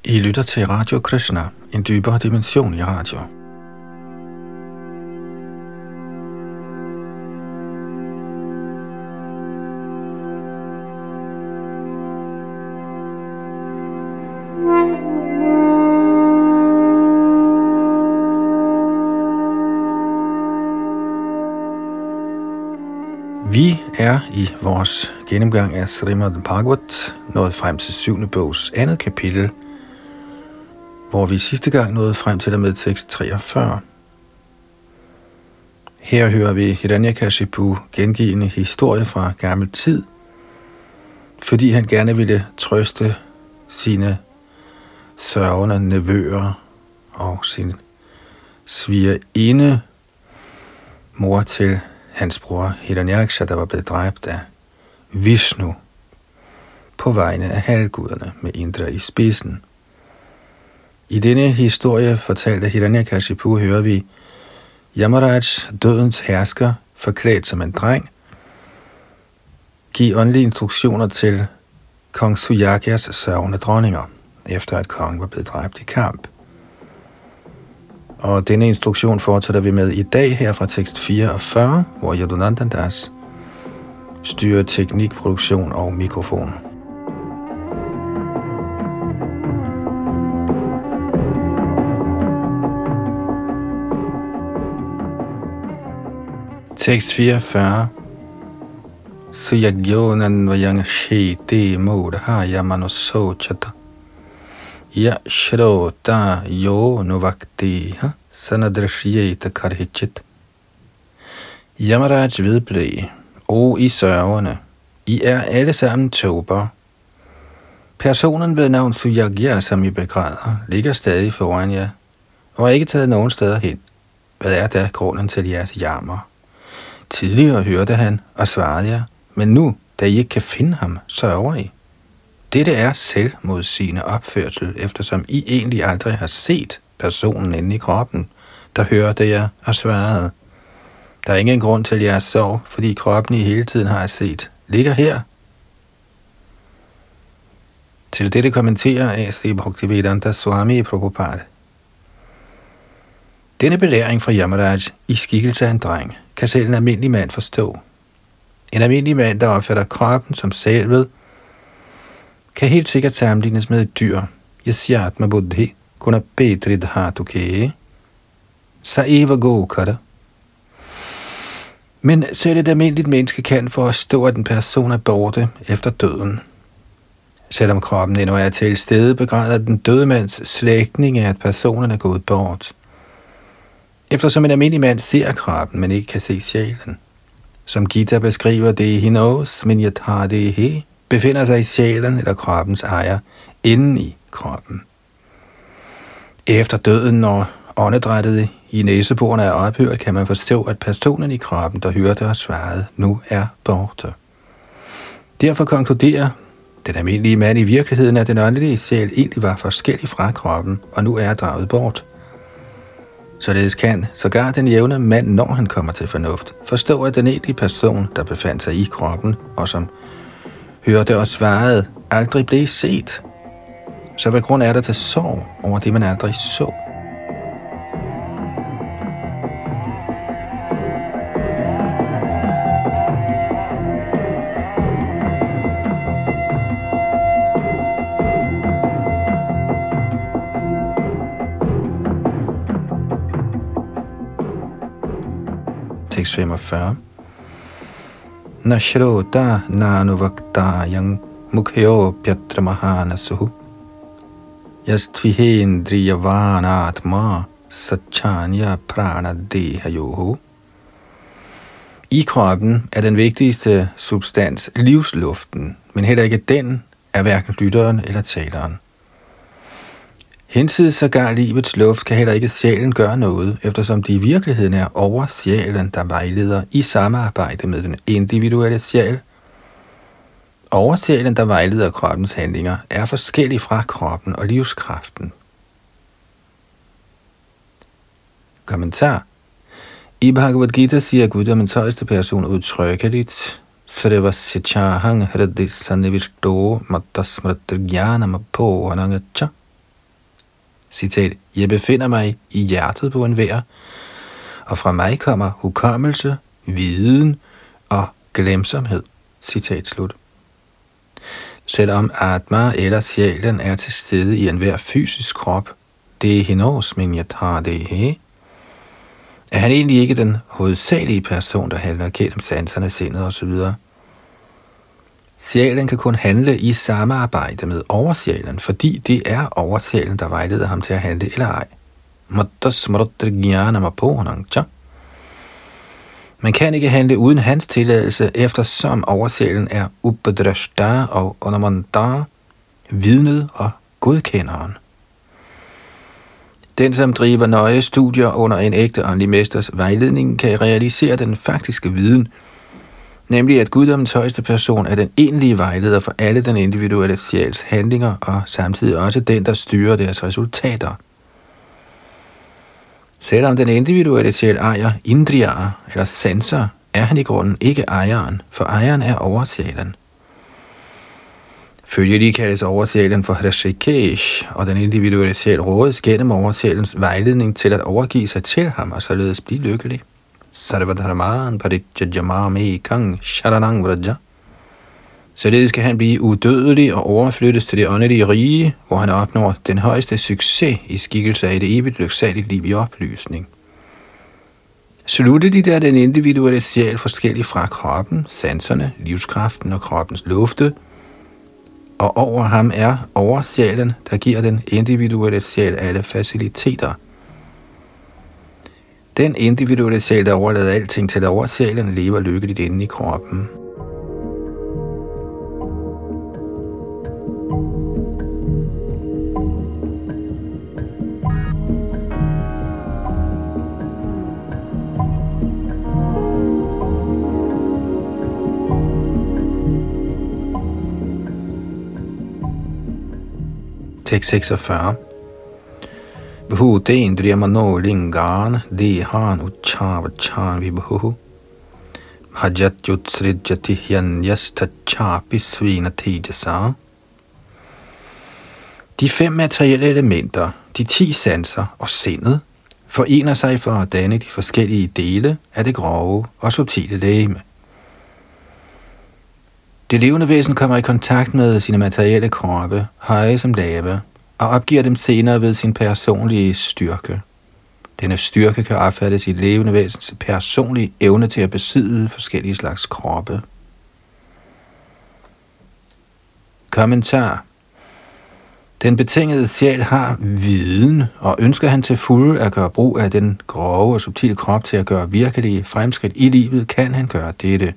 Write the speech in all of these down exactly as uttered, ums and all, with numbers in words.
I lytter til Radio Krishna, en dybere dimension i radio. Vi er i vores gennemgang af Srimad Bhagavatam nået frem til syvende bogs andet kapitel, hvor vi sidste gang nåede frem til og med tekst treogfyrre. Her hører vi Hiranyakashipu gengive en historie fra gammel tid, fordi han gerne ville trøste sine sørgende nevøer og sin svigerinde, mor til hans bror Hiranyaksha, der var blevet dræbt af Vishnu på vegne af halvguderne med Indra i spidsen. I denne historie fortalte Hiranyakashipu hører vi Yamaraj, dødens hersker, forklædt som en dreng, give åndelige instruktioner til kong Suyakyas sørgende dronninger, efter at kongen var blevet dræbt i kamp. Og denne instruktion fortsætter vi med i dag her fra tekst fireogfyrre, hvor Yadunandandas styrer teknik, produktion og mikrofon. Tekst fireogfyrre. Suyagyonan vayang shete modhaya manosochata. Ya shrota yo novakteha sanadrishyeta karhichit. Yamaraj vedblev, o I sørgerne, I er alle sammen tåber. Personen ved navn Suyagya, som I begræder, ligger stadig foran jer, og er ikke taget nogen steder hen. Hvad er der grunden til jeres jammer? Tidligere hørte han og svarede jer, men nu, da I ikke kan finde ham, sørger I. Dette er selvmodsigende opførsel, eftersom I egentlig aldrig har set personen inde i kroppen, der hørte jer og svarede. Der er ingen grund til jeres sorg, fordi kroppen I hele tiden har set ligger her. Til dette kommenterer A C Bhaktivedanta Swami Prabhupada. Denne belæring fra Yamaraj i skikkelse af en dreng kan selv en almindelig mand forstå. En almindelig mand, der opfatter kroppen som selvet, kan helt sikkert sammenlignes med et dyr. Yasyatma buddhi kuna petridhatuke saeva gokara. Men selv et almindeligt menneske kan forstå, at en person er borte efter døden. Selvom kroppen endnu er til stede, begræder den døde mands slægtning af, at personen er gået bort. Eftersom en almindelig mand ser kroppen, men ikke kan se sjælen. Som Gita beskriver det i Hinos, men jeg tager det i he, befinder sig i sjælen eller kroppens ejer inde i kroppen. Efter døden, når åndedrættet i næseborene er ophørt, kan man forstå, at personen i kroppen, der hørte og svarede, nu er borte. Derfor konkluderer den almindelige mand i virkeligheden, at den åndelige sjæl egentlig var forskellig fra kroppen, og nu er draget bort. Således kan sågar den jævne mand, når han kommer til fornuft, forstå, at den egentlige person, der befandt sig i kroppen, og som hørte og svarede, aldrig blev set. Så hvad grund er der til sorg over det, man aldrig så? Tekst femogfyrre. Nashrota nanuvaktayang mukhyo pyatramahanasu yastvihindriyavanatma satchanya pranadehayoho. I kroppen er den vigtigste substans livsluften, men heller ikke den er hverken lytteren eller taleren. Hinsides sågar livets luft kan heller ikke sjælen gøre noget, eftersom det i virkeligheden er over sjælen, der vejleder i samarbejde med den individuelle sjæl. Over sjælen, der vejleder kroppens handlinger, er forskellig fra kroppen og livskraften. Kommentar. I Bhagavad Gita siger Guddommens højeste person udtrykkeligt, Srevasya hridhi sanivishto mattasmritrjnanamopohanagacha Citat, jeg befinder mig i hjertet på enhver, og fra mig kommer hukommelse, viden og glemsomhed. Citat slut. Selvom Atma eller sjælen er til stede i enhver fysisk krop, det er hinos, men jeg tager det her, er han egentlig ikke den hovedsagelige person, der handler gennem sanserne, sindet osv. Sjælen kan kun handle i samarbejde med oversjælen, fordi det er oversjælen, der vejleder ham til at handle eller ej. Man kan ikke handle uden hans tilladelse, eftersom oversjælen er upadrashta og onamanta, vidnet og godkenderen. Den, som driver nøje studier under en ægte åndelig mesters vejledning, kan realisere den faktiske viden, nemlig at guddommens højeste person er den egentlige vejleder for alle den individuelle sjæls handlinger, og samtidig også den, der styrer deres resultater. Selvom den individuelle sjæl ejer indriyaer eller sanser, er han i grunden ikke ejeren, for ejeren er oversjælen. Følgelig kaldes oversjælen for Hrishikesh, og den individuelle sjæl rådes gennem oversjælens vejledning til at overgive sig til ham og således blive lykkelig. Sarvadharman paritjajamami kang sharanang vraja. Således skal han blive udødelig og overflyttes til det åndelige rige, hvor han opnår den højeste succes i skikkelse af det evigt lyksaligt liv i oplysning. Slutteligt er den individuelle sjæl forskellig fra kroppen, sanserne, livskraften og kroppens lufte, og over ham er oversjælen, der giver den individuelle sjæl alle faciliteter. Den individuelle sjæl, der overlader alting til oversjælen, lever lykkeligt inde i kroppen. Tekst seksogfyrre. Bhutendriya mano lingan dehan uchavachan vibhu hajat yutsrijati hyanyas tachapi svinatejasa. De fem materielle elementer, de ti sanser og sindet, forener sig for at danne de forskellige dele af det grove og subtile legeme. Det levende væsen kommer i kontakt med sine materielle kroppe, høje som lave, og opgiver dem senere ved sin personlige styrke. Denne styrke kan opfattes i et levende væsens personlige evne til at besidde forskellige slags kroppe. Kommentar. Den betingede sjæl har viden, og ønsker han til fulde at gøre brug af den grove og subtile krop til at gøre virkelige fremskridt i livet, kan han gøre dette.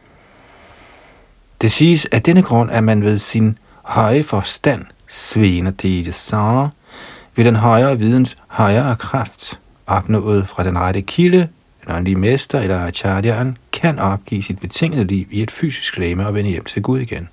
Det siges af denne grund, at man ved sin høje forstand, svinatejasa, ved den højere videns højere kraft, opnået fra den rette kilde, en åndelig mester eller acharyaen, kan opgive sit betingede liv i et fysisk legeme og vende hjem til Gud igen.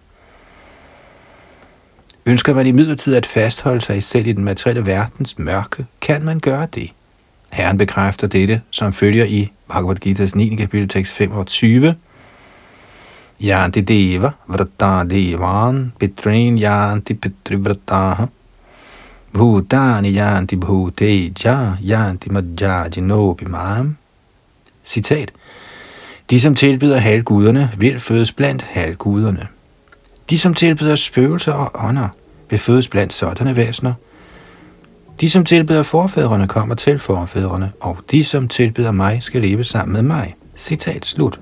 Ønsker man imidlertid at fastholde sig selv i den materielle verdens mørke, kan man gøre det. Herren bekræfter dette, som følger i Bhagavad Gita's niende kapitel tekst femogtyve. Yanti deva vrata devan pitrain yanti pitrivrataha bhutani yanti bhuteja yanti majjajinobimam. Citat. De, som tilbyder halvguderne, vil fødes blandt halvguderne. De, som tilbyder spøgelser og ånder, vil fødes blandt sådanne væsener. De, som tilbyder forfædrene, kommer til forfædrene, og de, som tilbyder mig, skal leve sammen med mig. Citat slut.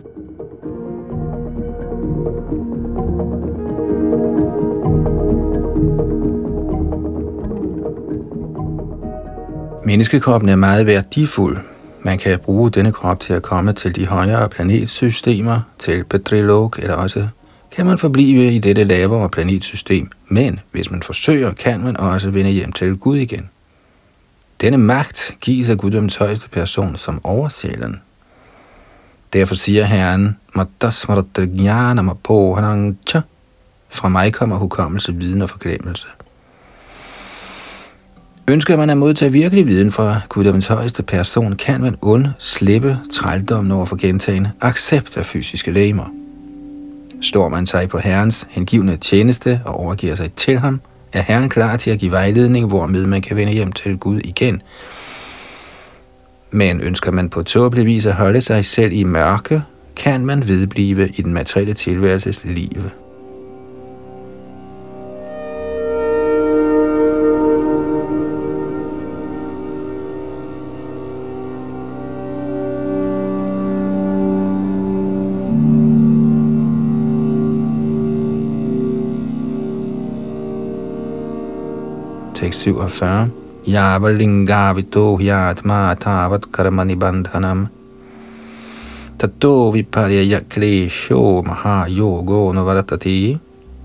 Menneskekroppen er meget værdifuld. Man kan bruge denne krop til at komme til de højere planetsystemer, til Petrilok, eller også kan man forblive i dette lavere planetsystem. Men hvis man forsøger, kan man også vende hjem til Gud igen. Denne magt gives af guddommens højeste person som oversjælen. Derfor siger Herren, fra mig kommer hukommelse, viden og forglemmelse. Ønsker man at modtage virkelig viden fra guddommens højeste person, kan man undslippe trældommen over for gentagne accept af fysiske legemer. Står man sig på Herrens hengivne tjeneste og overgiver sig til ham, er Herren klar til at give vejledning, hvormed man kan vende hjem til Gud igen. Men ønsker man på tåbelig vis at holde sig selv i mørke, kan man vedblive i den materielle tilværelses liv. Tekst syvogfyrre. Yavalinga vito hyatma tavat karmani bandhanam tato viparya klesho maha yogo novaratati.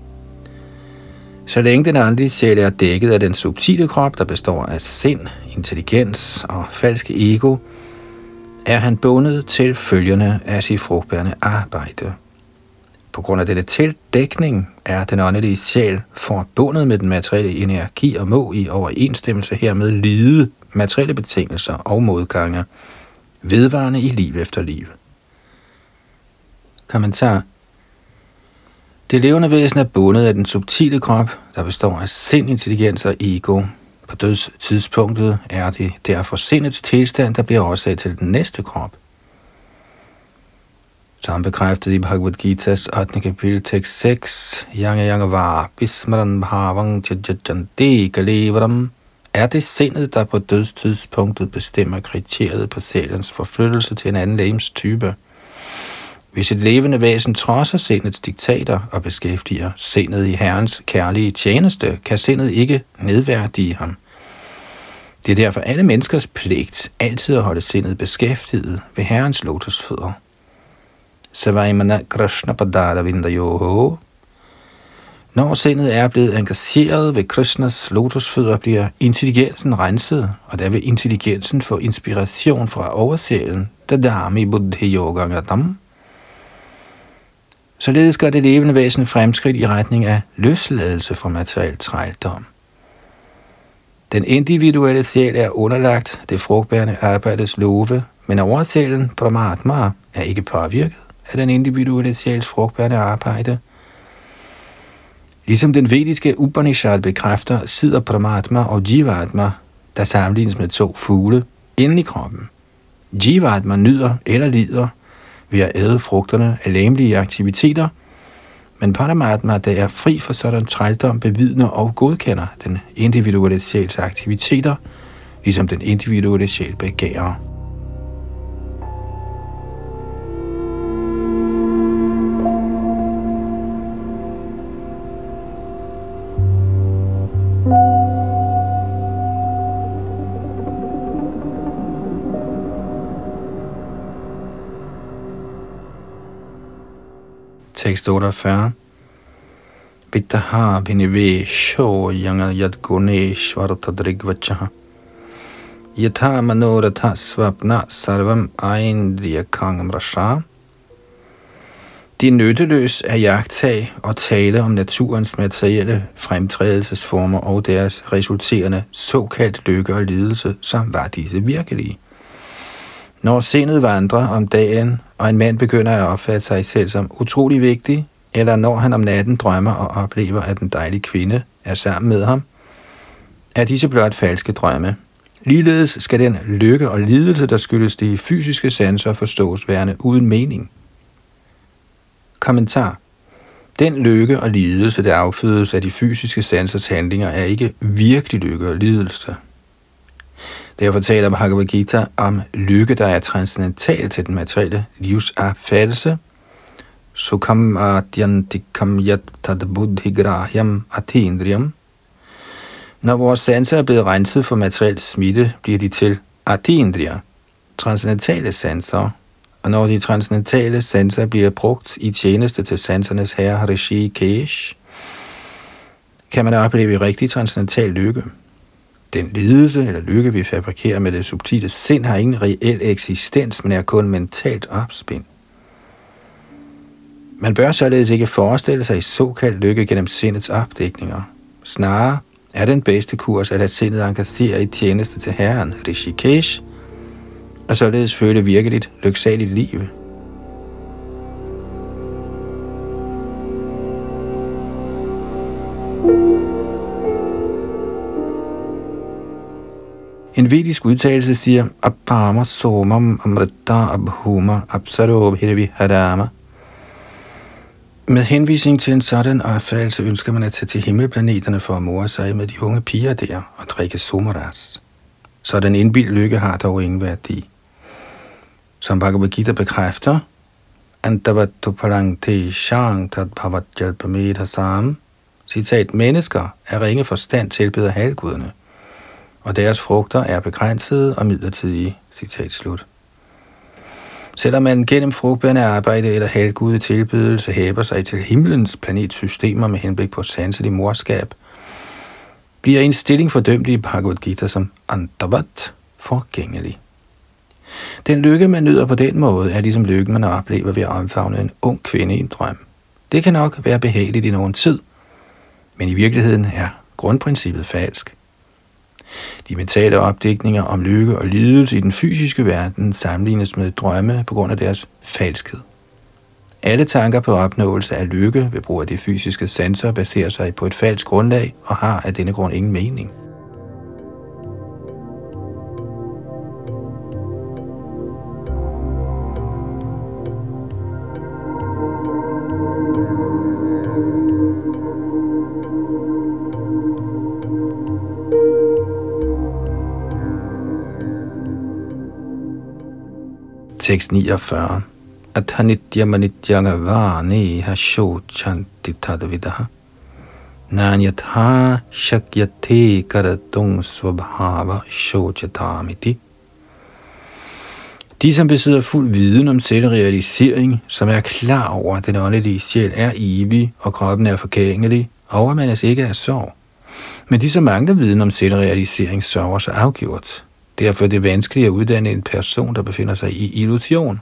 Så længe den åndelige sjæl er dækket af den subtile krop, der består af sind, intelligens og falske ego, er han bundet til følgerne af sit frugtbærende arbejde. På grund af denne tildækning er den åndelige sjæl forbundet med den materielle energi og må i overensstemmelse hermed lide materielle betingelser og modgange, vedvarende i liv efter liv. Kommentar. Det levende væsen er bundet af den subtile krop, der består af sind, intelligens og ego. På dødstidspunktet er det derfor sindets tilstand, der bliver årsag til den næste krop. Som bekræftet i Bhagavad Gita's ottende kapitel tekst seks, Yanga Yanga var Bismaran Bhavang Tjajajante Kalevaram, er det sindet, der på dødstidspunktet bestemmer kriteriet på sjælens forflyttelse til en anden legemstype. Hvis et levende væsen trodser sindets diktater og beskæftiger sindet i Herrens kærlige tjeneste, kan sindet ikke nedværdige ham. Det er derfor alle menneskers pligt altid at holde sindet beskæftiget ved Herrens lotusfødder. Savaimana Krishna Padada Vindayoho. Når sindet er blevet engageret ved Krishnas lotusfødder, bliver intelligensen renset, og der vil intelligensen få inspiration fra oversjælen, Dadami Buddhi Yoga Gadam. Således gør det levende væsen fremskridt i retning af løsladelse fra materiel trældom. Den individuelle sjæl er underlagt det frugtbærende arbejdes love, men oversjælen, Paramatma, er ikke påvirket af den individuelle sjæls frugtbærende arbejde. Ligesom den vediske Upanishad bekræfter, sidder Paramatma og Jivatma, der sammenlignes med to fugle, inde i kroppen. Jivatma nyder eller lider ved at æde frugterne af legemlige aktiviteter, men Paramatma, der er fri for sådan trældom, bevidner og godkender den individuelle sjæls aktiviteter, ligesom den individuelle sjæl begærer. Tekst otteogfyrre. Vittaha vinivesho yanga yad gunesh vartadrigvachaha yatha manoratha svapna sarvam aindriya kangam rasha. Det er nytteløs at jagttage og tale om naturens materielle fremtrædelsesformer og deres resulterende såkaldt lykke og lidelse, som var disse virkelige. Når sindet vandrer om dagen, og en mand begynder at opfatte sig selv som utrolig vigtig, eller når han om natten drømmer og oplever, at en dejlig kvinde er sammen med ham, er disse blot falske drømme. Ligeledes skal den lykke og lidelse, der skyldes de fysiske sanser, forstås værende uden mening. Kommentar. Den lykke og lidelse, der affødes af de fysiske sansers handlinger, er ikke virkelig lykke og lidelse. Derfor taler Bhagavad Gita om lykke, der er transcendental til den materielle livsopfattelse. Sukham adyantikam yattad buddhigrahyam atindriyam. Når vores sanser er blevet renset for materiel smitte, bliver de til atindriya, transcendentale sanser. Og når de transcendentale sanser bliver brugt i tjeneste til sansernes herre Rishikesh, kan man opleve rigtig transcendental lykke. Den lidelse eller lykke, vi fabrikerer med det subtile sind, har ingen reel eksistens, men er kun mentalt opspind. Man bør således ikke forestille sig såkaldt lykke gennem sindets opdækninger. Snarere er den bedste kurs at lade sindet engagere i tjeneste til herren Rishikesh, og således føle virkeligt lyksaligt liv. En vedisk udtalelse siger, Apama somam amrita abhuma apsaro bhiravi hadama. Med henvisning til en sådan opfattelse ønsker man at tage til himmelplaneterne for at more sig med de unge piger der og drikke somaras. Så den indbild lykke har dog ingen værdi. Som Bhagavad Gita bekræfter, Antavattu parangte shang tat bhavat jalpamedhasam. Citat, mennesker af ringe forstand tilbeder halvguderne, og deres frugter er begrænsede og midlertidige. Citat slut. Selvom man gennem frugtbærende arbejde eller halvgude tilbydelse hæber sig til himlens planetsystemer med henblik på sanselig morskab, bliver en stilling fordømt i Bhagavad Gita som antavat, forgængelig. Den lykke, man nyder på den måde, er ligesom lykken, man oplever ved at omfavne en ung kvinde i en drøm. Det kan nok være behageligt i nogen tid, men i virkeligheden er grundprincippet falsk. De mentale opdækninger om lykke og lidelse i den fysiske verden sammenlignes med drømme på grund af deres falskhed. Alle tanker på opnåelse af lykke ved brug af de fysiske sanser baserer sig på et falsk grundlag og har af denne grund ingen mening. Tekst niogfyrre. Athanityamanityanavane hashochanti tadavidaha nanyatha shakyate karatung svabhava shochatamiti. De, som besidder fuld viden om selvrealisering, som er klar over, at den åndelige sjæl er evig, og kroppen er forgængelig, overmandes ikke af sorg. Men de, som mangler viden om selvrealisering, sørger sig afgjort. Derfor er det vanskeligt at uddanne en person, der befinder sig i illusion.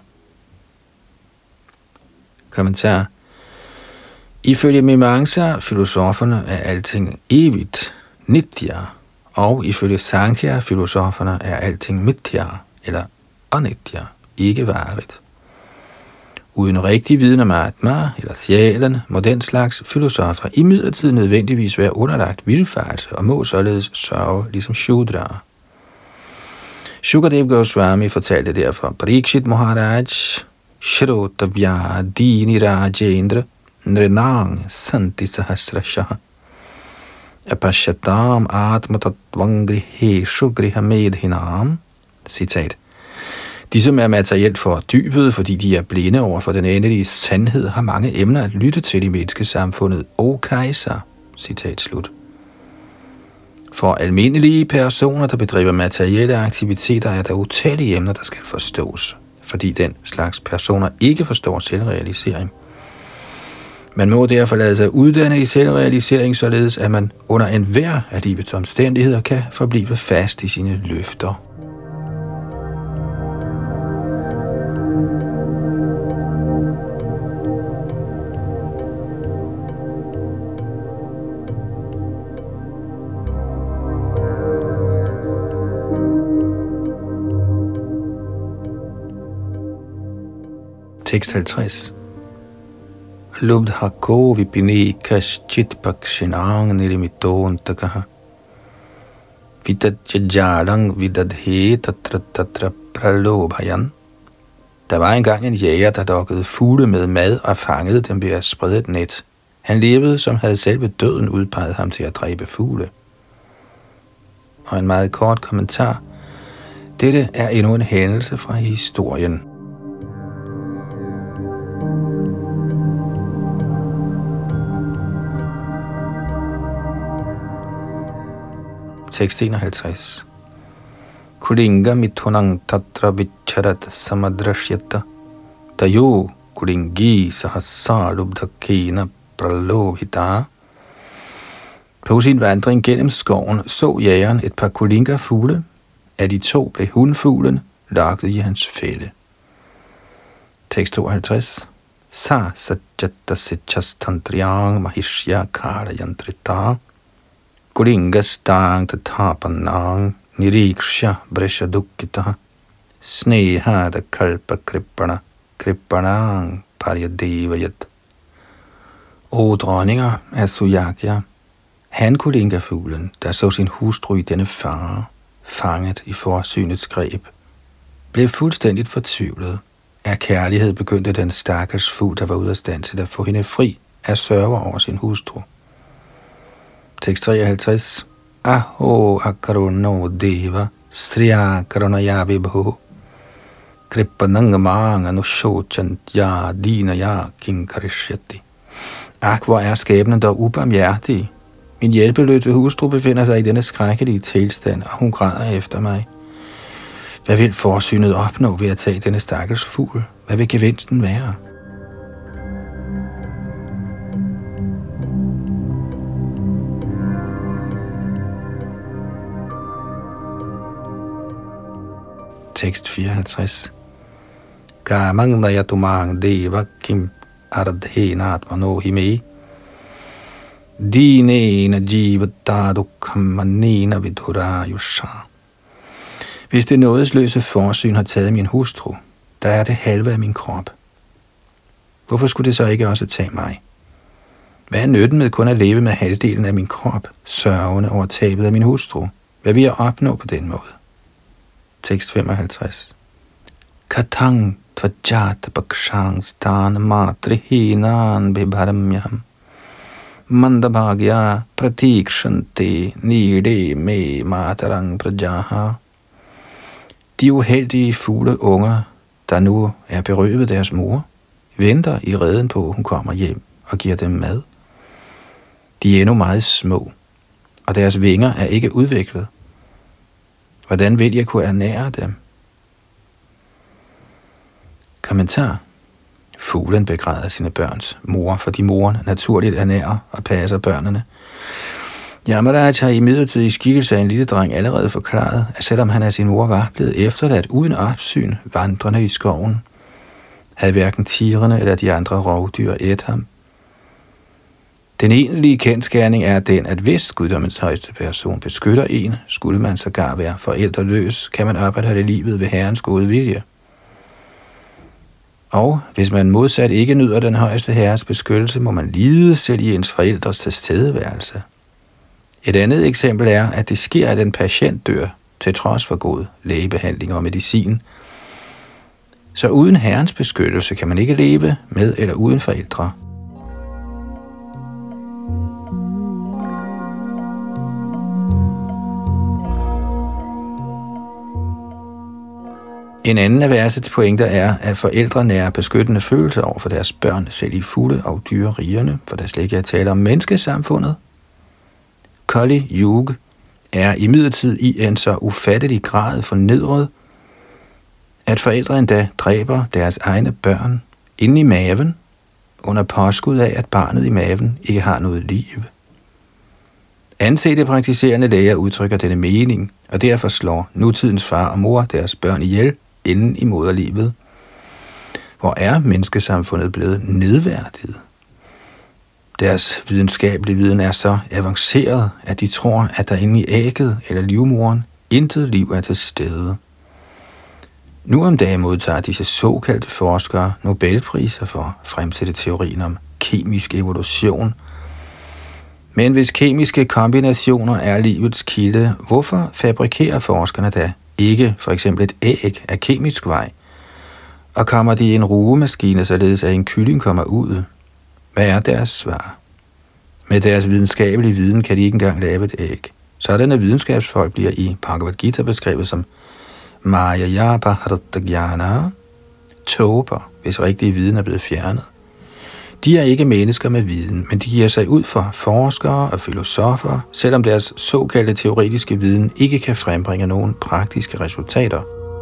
Kommentar. Ifølge Mimamsa, filosoferne, er alting evigt, nitya, og ifølge Sankhya, filosoferne, er alting mithya, eller anitya, ikke varigt. Uden rigtig viden om Atma, eller sjælen, må den slags filosofer imidlertid nødvendigvis være underlagt vildfarelse og må således sørge ligesom Shudra. Shukadev Goswami fortalte derfor Parikshit Maharaj, Shrotavya Dini Rajendra, Nrinang Santi Sahasrashaha, Apashatam Atmatatvangrihe Grihamedhinam. Citat. De, som er materielt fordybede, fordi de er blinde over for den endelige sandhed, har mange emner at lytte til i menneskesamfundet. O kejser. Citat slut. For almindelige personer, der bedriver materielle aktiviteter, er der utallige emner, der skal forstås, fordi den slags personer ikke forstår selvrealisering. Man må derfor lade sig uddanne i selvrealisering, således at man under enhver af livets omstændigheder kan forblive fast i sine løfter. Tekst halvtreds. Lubdhako vipini kaschit pakshinang nirimitontakah vidadjajarang vidadhe tatra tatra pralobhayan. Der var engang en jæger, der lokkede fugle med mad og fangede dem ved at sprede et net. Han levede, som havde selve døden udpeget ham til at dræbe fugle. Og en meget kort kommentar. Dette er endnu en hændelse fra historien. Tekst enoghalvtreds. Kulinga mithunang tatra vicharat samadrashyata tayo kulingi sahasa lubdhakena pralobhita. På sin vandring gennem skoven så jægeren et par kulinga-fugle. Af de to blev hundfuglen lokket i hans fælde. Tekst tooghalvtreds. Sa sajjata sichastandriyang mahishya karayantrita Kulinga-stang tatapanang niriksha brishadukita snehada kalpa krippana krippanang paryadevayat. O dronninger af Sujakya, han Kulinga-fuglen, der så sin hustru i denne fare, fanget i forsynets greb, blev fuldstændigt fortvivlet. Af kærlighed begyndte den stakkels fugl, der var ude af stand til at få hende fri, at sørge over sin hustru. Tekst treoghalvtreds. Aho akaruno deva striya karunaya vibho kripanangamanga no shochantya dinaya kinkarishyati. Ak, hvor er skæbnen dog ubarmhjertig. Min hjælpeløse hustru befinder sig i denne skrækkelige tilstand, og hun græder efter mig. Hvad vil forsynet opnå ved at tage denne stakkels fugl? Hvad vil gevinsten være? Tekst fireoghalvtreds. Kamangdayatumang deva kim ardhenat manohime dinena jivata dukham manena vidurayusha. Hvis det nådesløse forsyn har taget min hustru, der er det halve af min krop. Hvorfor skulle det så ikke også tage mig? Hvad er nytten med kun at leve med halvdelen af min krop, sørgende over tabet af min hustru? Hvad vil jeg opnå på den måde? Tekst femoghalvtreds. Katang tvajat bakshang stan matrihinan bibharamyam mandabhagya pratikshante nide me matarang prajaha. De uheldige fugle unger, der nu er berøvet deres mor, venter i reden på, at hun kommer hjem og giver dem mad. De er endnu meget små, og deres vinger er ikke udviklet. Hvordan vil jeg kunne ernære dem? Kommentar. Fuglen begræder sine børns mor, fordi moren naturligt ernærer og passer børnene. Yamaraj har imidlertid i skikkelse af en lille dreng allerede forklaret, at selvom han af sin mor var blevet efterladt uden opsyn, vandrende i skoven, havde hverken tigrene eller de andre rovdyr ædt ham. Den egentlige kendsgerning er den, at hvis guddommens højeste person beskytter en, skulle man sågar være forældreløs, kan man opretholde livet ved Herrens gode vilje. Og hvis man modsat ikke nyder den højeste Herres beskyttelse, må man lide selv i ens forældres tilstedeværelse. Et andet eksempel er, at det sker, at en patient dør, til trods for god lægebehandling og medicin. Så uden Herrens beskyttelse kan man ikke leve med eller uden forældre. En anden af versets pointer er, at forældre nærer beskyttende følelser over for deres børn, selv i fugle- og dyrerigerne, for der slet ikke er tale om menneskesamfundet. Kali Yuga er imidlertid i en så ufattelig grad fornedret, at forældre endda dræber deres egne børn inde i maven, under påskud af, at barnet i maven ikke har noget liv. Ansete praktiserende læger udtrykker denne mening, og derfor slår nutidens far og mor deres børn ihjel inden i moderlivet. Hvor er menneskesamfundet blevet nedværdiget? Deres videnskabelige viden er så avanceret, at de tror, at der inde i ægget eller livmoderen intet liv er til stede. Nu om dagen modtager disse såkaldte forskere Nobelpriser for at fremsætte teorien om kemisk evolution. Men hvis kemiske kombinationer er livets kilde, hvorfor fabrikerer forskerne da ikke for eksempel et æg af kemisk vej? Og kommer de i en rugemaskine, således at en kylling kommer ud? Hvad er deres svar? Med deres videnskabelige viden kan de ikke engang lave et æg. Sådanne videnskabsfolk bliver i Bhagavad Gita beskrevet som Maya Bharatagyanā, tåber, hvis rigtige viden er blevet fjernet. De er ikke mennesker med viden, men de giver sig ud for forskere og filosofer, selvom deres såkaldte teoretiske viden ikke kan frembringe nogen praktiske resultater.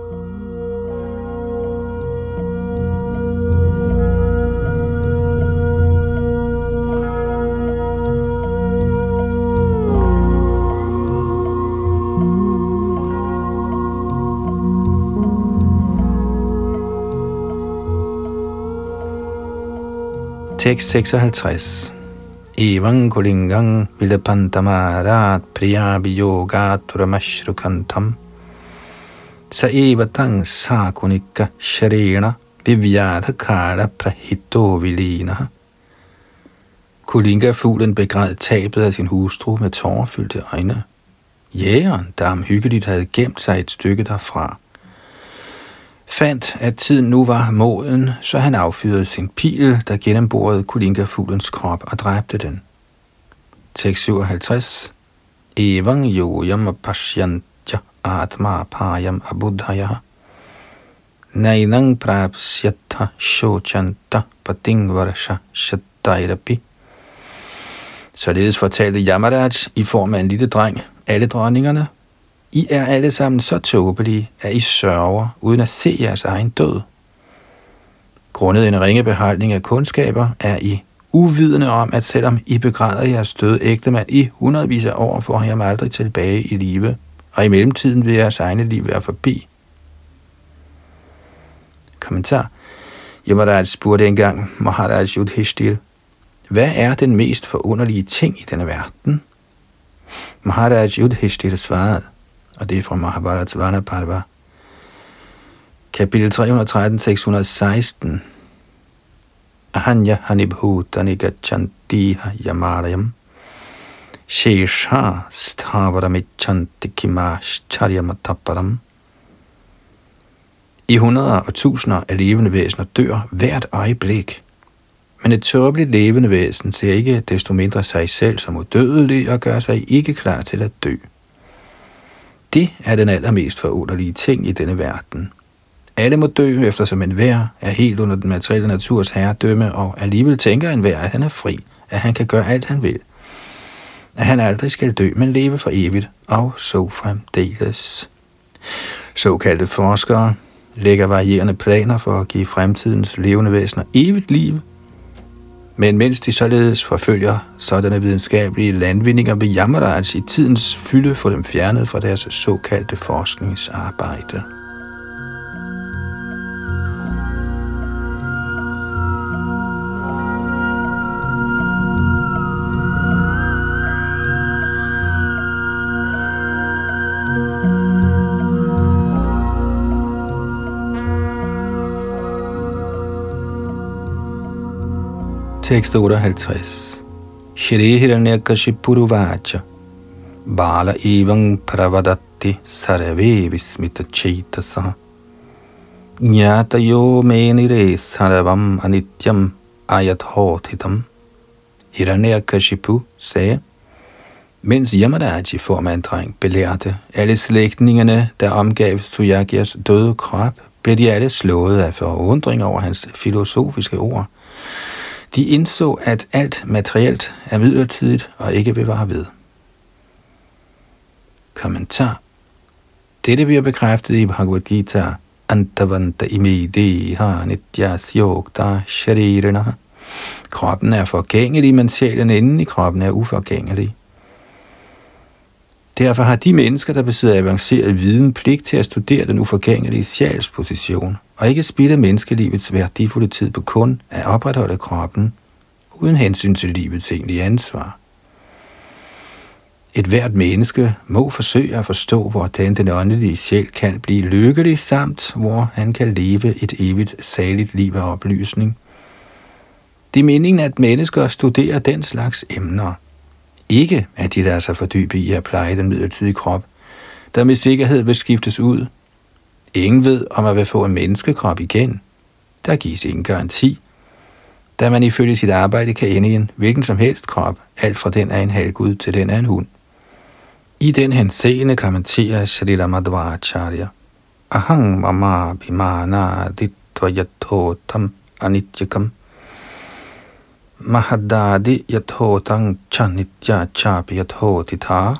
Tekst seksoghalvtreds. Evang kulingang vilapantamarat priyabhiyogat turamashrukantam sa evatang sakunika sharena vivyadhakara prahito vilina. Kulinga-fuglen begræd tabet af sin hustru med tårerfyldte øjne. Jægeren, der omhyggeligt havde gemt sig et stykke derfra, fandt, at tiden nu var moden, så han affyrede sin pil, der gennemborede Kulinka-fuglens krop og dræbte den. Tekst syvoghalvtreds. Evang yoyam pashyantya atma payam abudhaya nainang prapsyatha shochanta patingvarsha shattairapi. Således fortalte Yamaraj i form af en lille dreng alle dronningerne: I er alle sammen så tåbelige, at I sørger, uden at se jeres egen død. Grundet en ringe beholdning af kundskaber, er I uvidende om, at selvom I begræder jeres døde ægtemand i hundredvis af år, får I ham aldrig tilbage i live, og i mellemtiden vil jeres egne liv være forbi. Kommentar. Yamaraj spurgte engang Maharaj Yudhishthira: hvad er den mest forunderlige ting i denne verden? Maharaj Yudhishthira svarede, og det er fra Mahabharata Vana Parva, kapitel tre hundrede og tretten, seks hundrede og seksten. Ahanya hanibhutani gachantiha yamarayam shesha sthavaramicchanti kimascharyamatapparam. I hundreder og tusinder af levende væsener dør hvert øjeblik, men et tåbeligt levende væsen ser ikke desto mindre sig selv som udødelig og gør sig ikke klar til at dø. Det er den allermest forunderlige ting i denne verden. Alle må dø, eftersom enhver er helt under den materielle naturs herredømme, og alligevel tænker enhver, at han er fri, at han kan gøre alt, han vil. At han aldrig skal dø, men leve for evigt, og så fremdeles. Såkaldte forskere lægger varierende planer for at give fremtidens levende væsener evigt liv, men mens de således forfølger sådanne videnskabelige landvindinger, vil Yamaraj i tidens fylde få dem fjernet fra deres såkaldte forskningsarbejde. Tekst otteoghalvtreds. Shri Hiranyakashipu vacha Bala evang pravadatti sarve vismita chaitasa Nyata yo menire sarvam anityam ayathotitam. Hiranyakashipu sagde, mens Yamaraj i form af en dreng belærte alle slægtningerne, der omgav Suyagyas døde krop, blev de alle slået af forundring over hans filosofiske ord. De indså, at alt materielt er midlertidigt og ikke vil vare ved. Kommentar. Dette bliver bekræftet i Bhagavad Gita. Antavanta imideha nityasyoga sharirana. Kroppen er forgængelig, men sjælen inden i kroppen er uforgængelig. Derfor har de mennesker, der besidder avanceret viden, pligt til at studere den uforgængelige sjæls position, og ikke spilde menneskelivets værdifulde tid på kun at opretholde kroppen, uden hensyn til livets egentlige ansvar. Et hvert menneske må forsøge at forstå, hvordan den åndelige sjæl kan blive lykkelig, samt hvor han kan leve et evigt saligt liv af oplysning. Det er meningen, at mennesker studerer den slags emner. Ikke at de lader sig fordybe i at pleje den midlertidige krop, der med sikkerhed vil skiftes ud. Ingen ved, om man vil få en menneskekrop igen. Der gives ingen garanti, da man ifølge sit arbejde kan ende i en hvilken som helst krop, alt fra den af en halvgud til den af en hund. I den henseende kommenterer Shrila Madhvacharya: Ahang mama bimana ditvayathotam anityakam mahadadi yathotang chanitya chapi yathotitha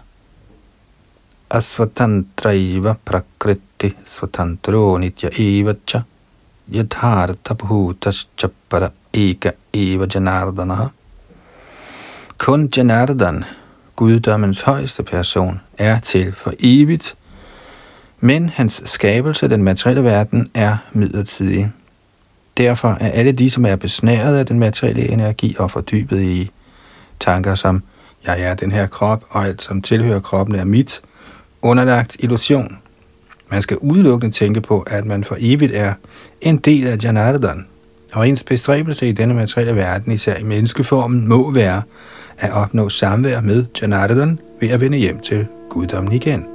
asvatantraiva prakriti svatantro nitya evacha yathartha bhutascha para eka eva janardana. Kun Janardan, guddommens højeste person, er til for evigt, men hans skabelse, den materielle verden, er midlertidig. Derfor er alle de, som er besnæret af den materielle energi og fordybet i tanker som, jeg er den her krop, og alt som tilhører kroppen er mit, underlagt illusion. Man skal udelukkende tænke på, at man for evigt er en del af Janardan, og ens bestræbelse i denne materielle verden, især i menneskeformen, må være at opnå samvær med Janardhan ved at vende hjem til guddommen igen.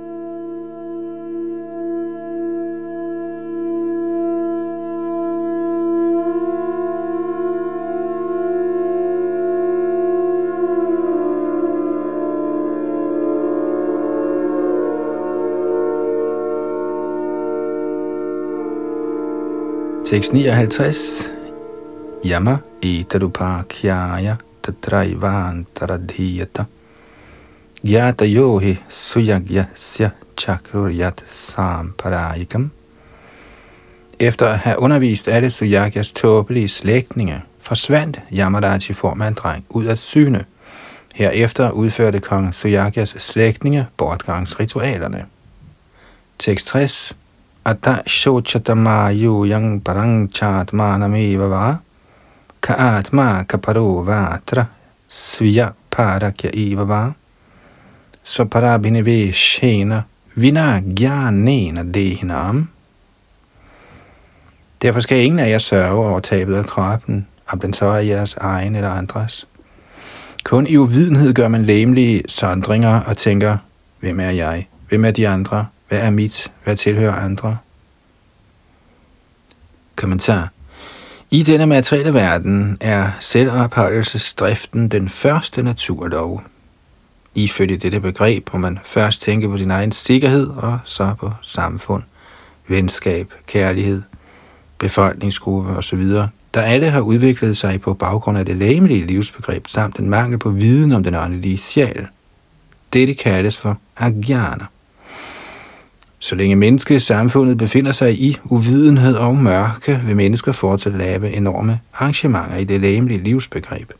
Tekst nioghalvtreds. Yama etarupakyaya tatraivantaradhiyata gyata yohi suyagyasya chakruryat samparayikam. Efter at have undervist alle Suyagyas tåbelige slægtninge, forsvandt Yamaraj i form af en dreng ud af syne. Herefter udførte kong Suyagyas slægtninge bortgangsritualerne. Tekst tres. Ata shochatamayu yang parang chatmanameva va kaatma kaparo vatra sviya parakya eva va svaparabhineve shena vina gyanena dehinam. Derfor skal ingen af jer sørge over tabet af kroppen, om den så er jeres egen eller andres. Kun i uvidenhed gør man legemlige sondringer og tænker, hvem er jeg? Hvem er de andre? Hvad er mit? Hvad tilhører andre? Kommentar. I denne materielle verden er selvopholdelsesdriften den første naturlov. Ifølge dette begreb må man først tænke på sin egen sikkerhed og så på samfund, venskab, kærlighed, befolkningsgruppe osv., der alle har udviklet sig på baggrund af det legemlige livsbegreb samt en mangel på viden om den åndelige sjæl. Dette kaldes for ajnana. Så længe menneskesamfundet befinder sig i uvidenhed og mørke, vil mennesker fortsat lave enorme arrangementer i det legemlige livsbegreb.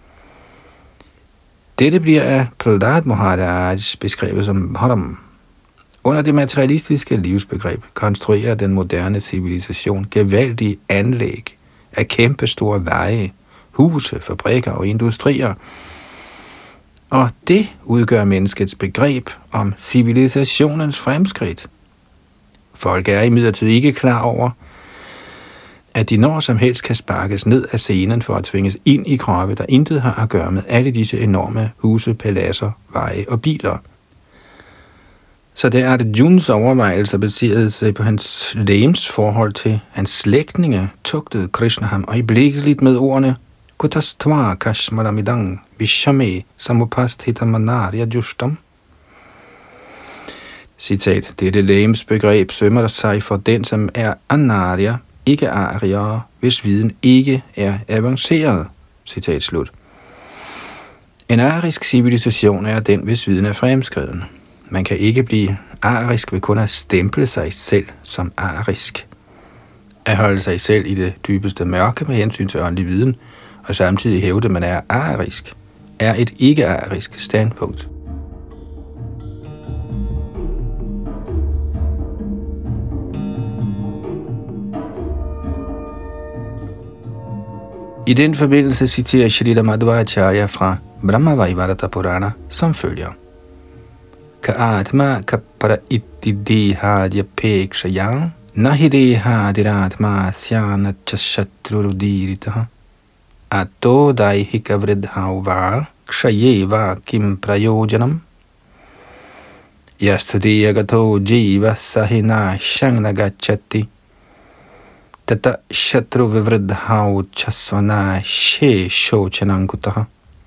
Dette bliver af Prahlad Maharaj beskrevet som Haram. Under det materialistiske livsbegreb konstruerer den moderne civilisation gevaldige anlæg af kæmpe store veje, huse, fabrikker og industrier. Og det udgør menneskets begreb om civilisationens fremskridt. Folk er imidlertid ikke klar over, at de når som helst kan sparkes ned af scenen for at tvinges ind i kroppe, der intet har at gøre med alle disse enorme huse, paladser, veje og biler. Så det er det Juns overvejelser baserede sig på hans legems forhold til hans slægtninge, tugtede Krishna ham øjeblikkeligt med ordene Kutastva kashmaramidang vishame samupasthitamanarya justam. Citat, dette legems begreb sømmer sig for den, som er anarya, ikke arya, hvis viden ikke er avanceret. Citat slut. En arisk civilisation er den, hvis viden er fremskreden. Man kan ikke blive arisk ved kun at stemple sig selv som arisk. At holde sig selv i det dybeste mørke med hensyn til åndelig viden, og samtidig hævde, at man er arisk, er et ikke-arisk standpunkt. I den forbindelse citerer Shrila Madhvacharya fra Brahmavaivarta Purana som følger. Ka-atma kapara itti dehadya pekshaya nahi dehadiratma syana chashatrurudiritaha ato daihika vridhava kshayeva kim prayojanam yastudiyagato jiva sahina shangnagachati tata shatru vivridhau chasvana she shochanangutaha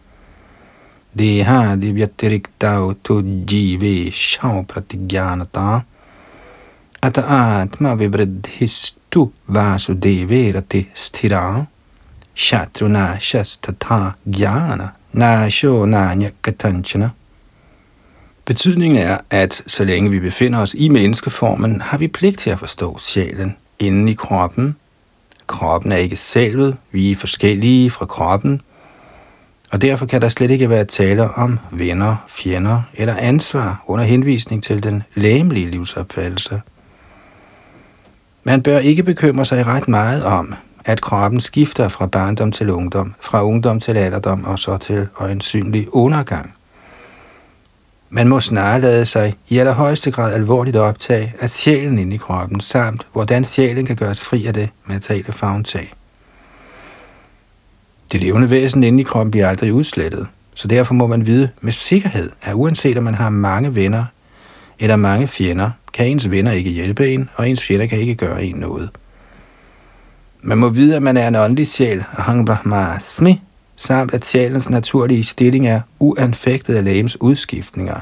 deha divyatiriktau tu jive shav pratigyanata ata atma vivridhistu vasudeverati sthira shatruna shastata gyana nasho nanya katanchana. Betydningen er, at så længe vi befinder os i menneskeformen, har vi pligt til at forstå sjælen inden i kroppen. Kroppen er ikke selvet, vi er forskellige fra kroppen, og derfor kan der slet ikke være tale om venner, fjender eller ansvar under henvisning til den legemlige livsopfattelse. Man bør ikke bekymre sig ret meget om, at kroppen skifter fra barndom til ungdom, fra ungdom til alderdom og så til øjensynlig undergang. Man må snarere lade sig i allerhøjeste grad alvorligt optage af sjælen inde i kroppen, samt hvordan sjælen kan gøres fri af det materielle favntag. Det levende væsen inde i kroppen bliver aldrig udslettet. Så derfor må man vide med sikkerhed, at uanset om man har mange venner eller mange fjender, kan ens venner ikke hjælpe en, og ens fjender kan ikke gøre en noget. Man må vide, at man er en åndelig sjæl, Aham Brahmasmi, samt at sjælens naturlige stilling er uanfægtet af legems udskiftninger.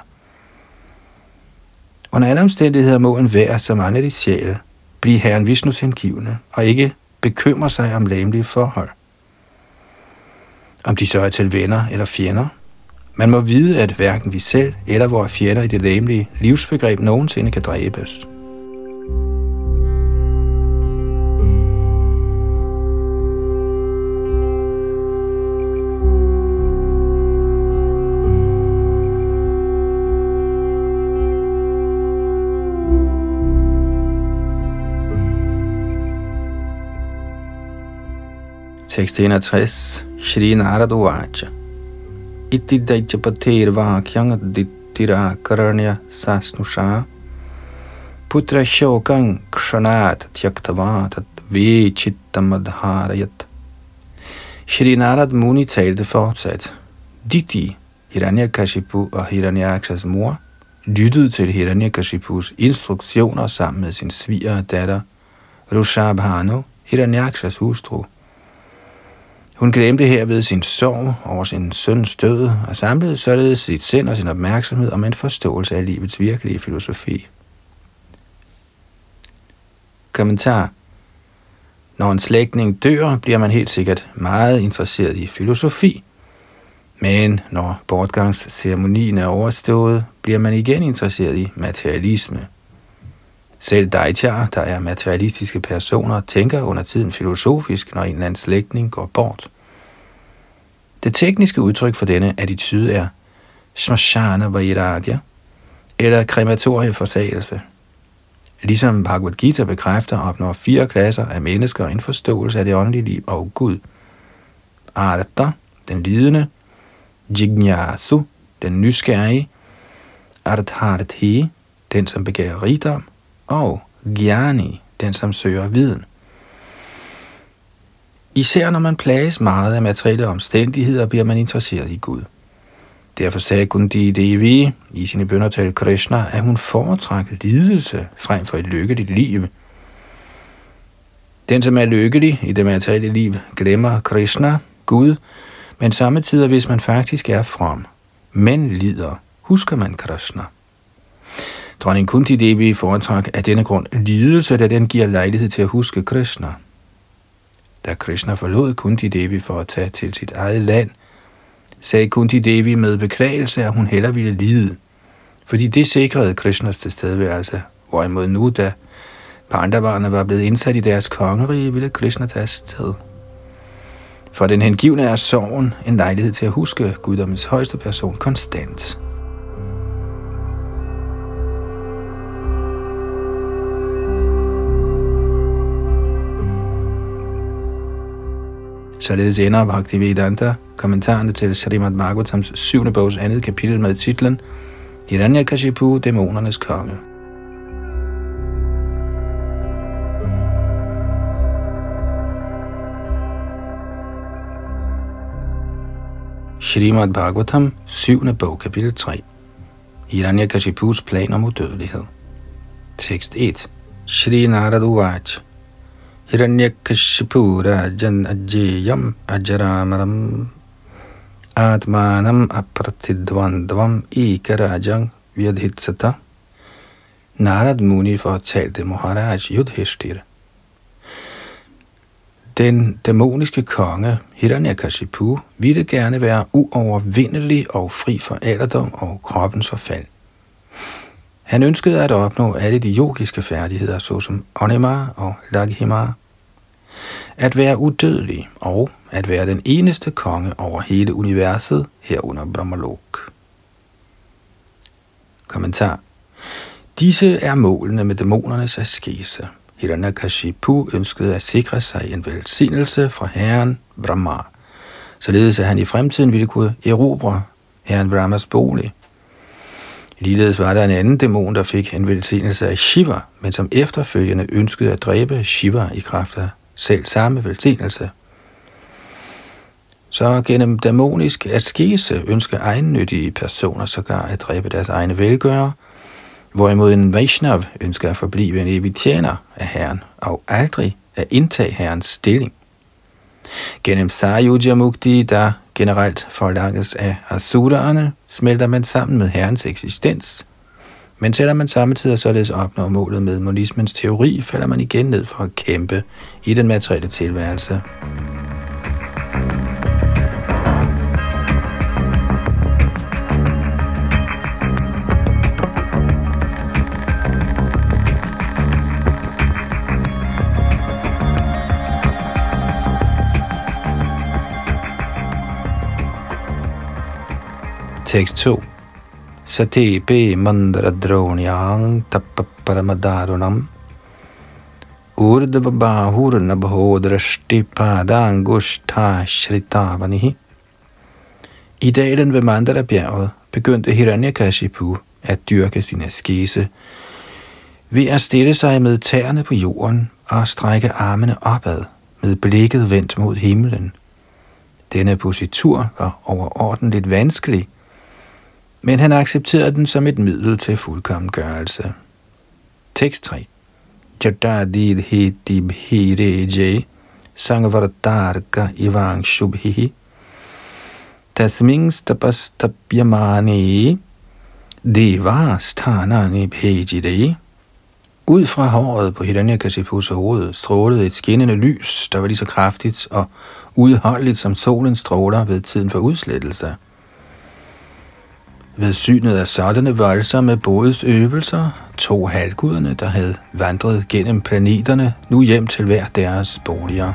Under alle omstændigheder må en hver som åndelig sjæl blive Herren Vishnus hengivne, og ikke bekymre sig om legemlige forhold. Om de så er til venner eller fjender. Man må vide, at hverken vi selv eller vores fjender i det legemlige livsbegreb nogensinde kan dræbes. Tekst enogtres. Shri Narad Uvacha Iti Daichapatir Vakyang Dittira Karanya Sasnusha Putra Shokang Kshanat Tyaktavatat Vichittamadharayat. Shri Narad Muni talte fortsat. Diti, Hiranyakashipu og Hiranyakshas mor, lyttede til Hiranyakashipus instruktioner sammen med sin sviger datter Rushabhanu, Hiranyakshas hustru. Hun glemte herved sin sorg over sin søns død og samlede således sit sind og sin opmærksomhed om en forståelse af livets virkelige filosofi. Kommentar. Når en slægtning dør, bliver man helt sikkert meget interesseret i filosofi. Men når bortgangsceremonien er overstået, bliver man igen interesseret i materialisme. Selv Daitya, der er materialistiske personer, tænker under tiden filosofisk, når en eller anden slægtning går bort. Det tekniske udtryk for denne attitude er smashana vairagya, eller krematorieforsagelse. Ligesom Bhagavad Gita bekræfter, opnår fire klasser af mennesker en forståelse af det åndelige liv og Gud. Artha, den lidende, Jignasu, den nysgerrige, Artharthi, den som begærer rigdom, og Gyani, den som søger viden. Især når man plages meget af materielle omstændigheder, bliver man interesseret i Gud. Derfor sagde Kundi Devi i sine bønner til Krishna, at hun foretrak lidelse frem for et lykkeligt liv. Den, som er lykkelig i det materielle liv, glemmer Krishna, Gud, men samtidig, hvis man faktisk er from, men lider, husker man Krishna. Dronning Kunti Devi foretrak af denne grund lidelse, da den giver lejlighed til at huske Krishna. Da Krishna forlod Kunti Devi for at tage til sit eget land, sagde Kunti Devi med beklagelse, at hun hellere ville lide, fordi det sikrede Krishnas tilstedeværelse, hvorimod nu, da Pandavarerne var blevet indsat i deres kongerige, ville Krishna tage afsted. For den hengivne er sorgen en lejlighed til at huske guddommens højeste person konstant. Således ender Bhaktivedanta kommentarerne til Srimad Bhagavatams syvende bogs andet kapitel med titlen Hiranyakashipu, dæmonernes konge. Srimad Bhagavatam, syvende bog, kapitel tre. Hiranyakashipus plan om udødelighed. Tekst et. Shri Narad Uvacha Hiranyakashipu rajan ajayam ajaramaram atmanam apratidvandvam ikarajang vyadhitsata. Narad Muni fortalte Maharaj Yudhishthira. Den dæmoniske konge Hiranyakashipu ville gerne være uovervindelig og fri for alderdom og kroppens forfald. Han ønskede at opnå alle de yogiske færdigheder, såsom Anima og Laghima, at være udødelig og at være den eneste konge over hele universet, herunder Brahmalok. Kommentar. Disse er målene med dæmonernes askese. Hiranyakashipu ønskede at sikre sig en velsignelse fra herren Brahma, således at han i fremtiden ville kunne erobre herren Brahmas bolig. Ligeledes var der en anden dæmon, der fik en velsignelse af Shiva, men som efterfølgende ønskede at dræbe Shiva i kraft af selv samme velsignelse. Så gennem dæmonisk askese ønsker egennyttige personer sågar at dræbe deres egne velgørere, hvorimod en Vaishnav ønsker at forblive en evig tjener af Herren og aldrig at indtage Herrens stilling. Gennem Sayujya Mukti, der generelt forlanges af asuraerne, smelter man sammen med Herrens eksistens. Men selvom man samtidig således opnår målet med monismens teori, falder man igen ned for at kæmpe i den materielle tilværelse. Tekst to. Sate be mandara dronyang tapaparamadharunam urdavabahur nabhodrashti padangushta shritavanihi. I dalen ved Mandara-bjerget begyndte Hiranyakashipu at dyrke sin askese ved at stille sig med tæerne på jorden og strække armene opad med blikket vendt mod himlen. Denne positur var overordentligt vanskelig, men han accepterede den som et middel til fuldkommengørelse. Tekst tre. Jatadid heti bhireje sangvartarka ivang shubhihi tasmings tapas tapyamani deva sthanani bhejide. Ud fra håret på Hiranyakashipus hoved strålede et skinnende lys, der var lige så kraftigt og udholdeligt som solens stråler ved tiden for udslettelse. Ved synet af sådanne voldsomme bodsøvelser tog halvguderne, der havde vandret gennem planeterne, nu hjem til hver deres boliger.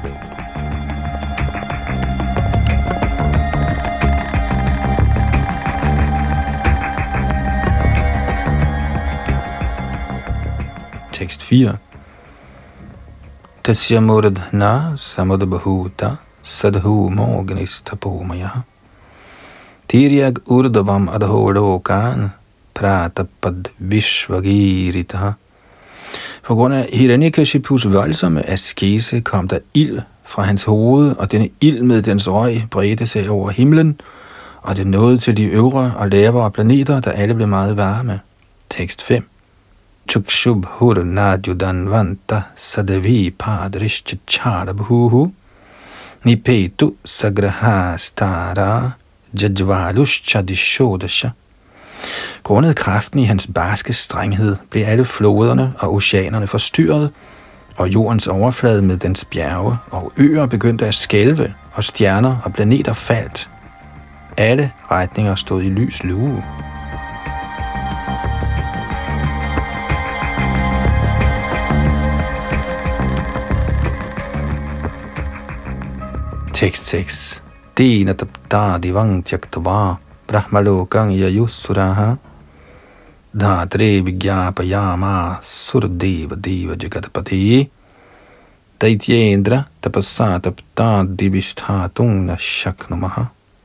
Tekst fire. Tasya muradhna samudabhuta sadhu morganistapomaya Tiryak urdavam adholokan pratapad vishvagirita. På grund af Hiranyakashipus voldsomme askese kom der ild fra hans hoved, og denne ild med dens røg bredte sig over himlen, og det nåede til de øvre og lavere planeter, der alle blev meget varme. Tekst fem. Chukshubhur nadjudanvanta sadavi padrishchacharabhuhu nipetu sagrahastara Jajvalushchadishodasha. Grundet kraften i hans barske strenghed blev alle floderne og oceanerne forstyrret, og jordens overflade med dens bjerge og øer begyndte at skælve, og stjerner og planeter faldt. Alle retninger stod i lys lue. Tekst seks. Dina tapta divang tyaktava brahmalokang yayusuraha dhatre vigyapayama surdeva deva jagatapati daityendra tapasa tapta divisthatung nashaknumaha.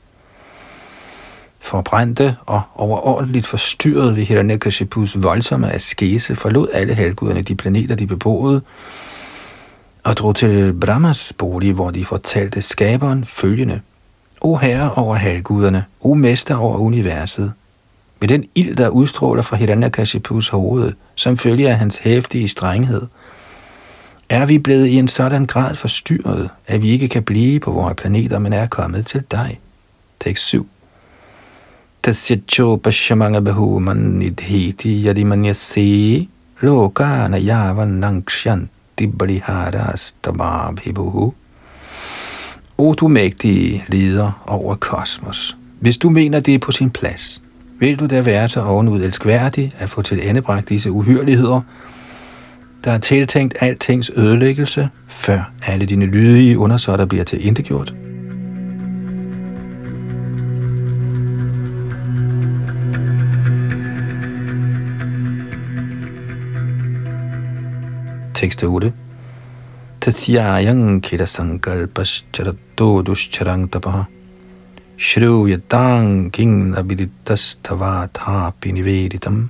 Forbrændte og overordentligt forstyrret ved Hiranyakashipus voldsomme askese forlod alle halvguderne de planeter, de beboede, og drog til Brahmas bolig, hvor de fortalte skaberen følgende: O herre over halvguderne, o mester over universet, med den ild, der udstråler fra Hiranyakashipus hoved, som følger af hans hæftige strenghed, er vi blevet i en sådan grad forstyrret, at vi ikke kan blive på vores planeter, men er kommet til dig. Tekst syv. Tasyacho pashamanga bahuman nidheti yadimanyase lokana yavan nangshan dibbaliharas tababhibuhu. O du mægtige leder over kosmos, hvis du mener, det er på sin plads, vil du da være så ovenud elskværdig at få til endebragt disse uhyrligheder, der er tiltænkt altings ødelæggelse, før alle dine lydige undersåtter bliver til intetgjort. Tekst otte. Tasyayang kira sankalpas charatto duscharang tapaha shruyatang king abhiditas tavathapi niveditam.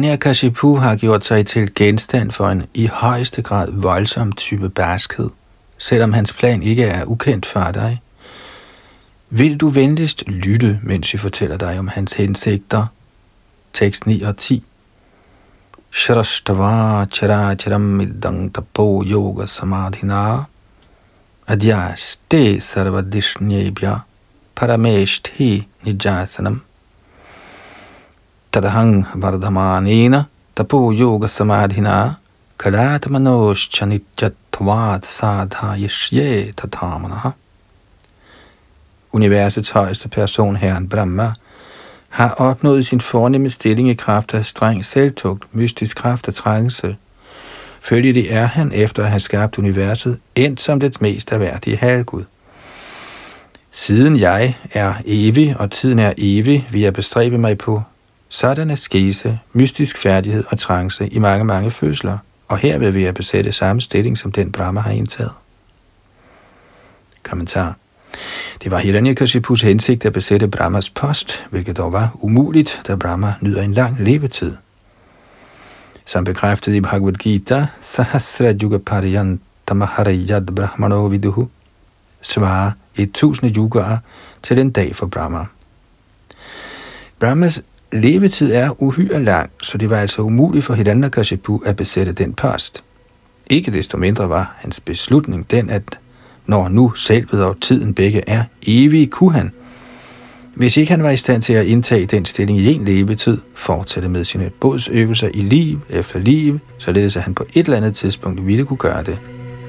Hiranyakashipu har gjort sig til genstand for en i højeste grad voldsom type barskhed, selvom hans plan ikke er ukendt for dig. Vil du venligst lytte, mens vi fortæller dig om hans hensigter? Tekst ni og ti. Shrashtava characharam idang tapo yoga samadhina adyaste sarvadishnebhya parameshthi nijasanam tadahang vardhamanena tapo yoga samadhina kalatamanoscha nitjatvat sadhayishye tathamana. Universets højeste person, Herren Brahma, har opnået sin fornemme stilling i kraft af streng selvtugt, mystisk kraft og trængelse. Følgelig er han, efter at have skabt universet, endt som dets mest erhverdige halvgud. Siden jeg er evig, og tiden er evig, vil jeg bestræbe mig på sådan askese, mystisk færdighed og trance i mange, mange fødsler, og herved vil jeg besætte samme stilling, som den Brahma har indtaget. Kommentar. Det var Hiranyakashipus hensigt at besætte Brahmas post, hvilket dog var umuligt, da Brahma nyder en lang levetid. Som bekræftet i Bhagavad Gita, Sahasra Yuga Paryantamaharayyad Brahmano Viduhu, svarer et tusinde yugaer til en dag for Brahma. Brahmas levetid er uhyre lang, så det var altså umuligt for Hiranyakashipu at besætte den post. Ikke desto mindre var hans beslutning den, at når nu selvet og tiden begge er evige, kunne han, hvis ikke han var i stand til at indtage den stilling i en levetid, fortsætte med sine bodsøvelser i liv efter liv, således at han på et eller andet tidspunkt ville kunne gøre det.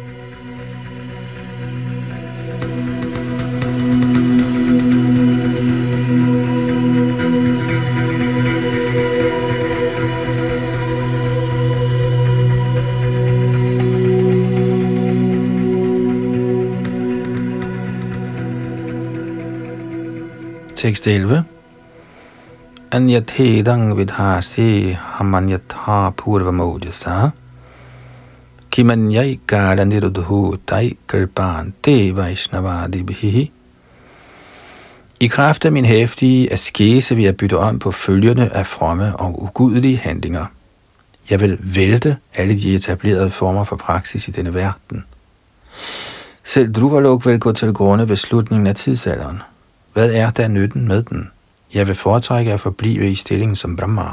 Tekst elleve. Anyatedang vidhasi hamanyatha purvamodjasa kimanyai kala nirudhu tai kalpante vaishnavadibhihi. I kraft af min hæftige askese vil jeg bytte om på følgerne af fromme og ugudelige handlinger. Jeg vil vælte alle de etablerede former for praksis i denne verden. Selv Dhruvalok vil gå til grunde ved slutningen af tidsalderen. Hvad er der nytten med den? Jeg vil foretrække at forblive i stillingen som Brahma.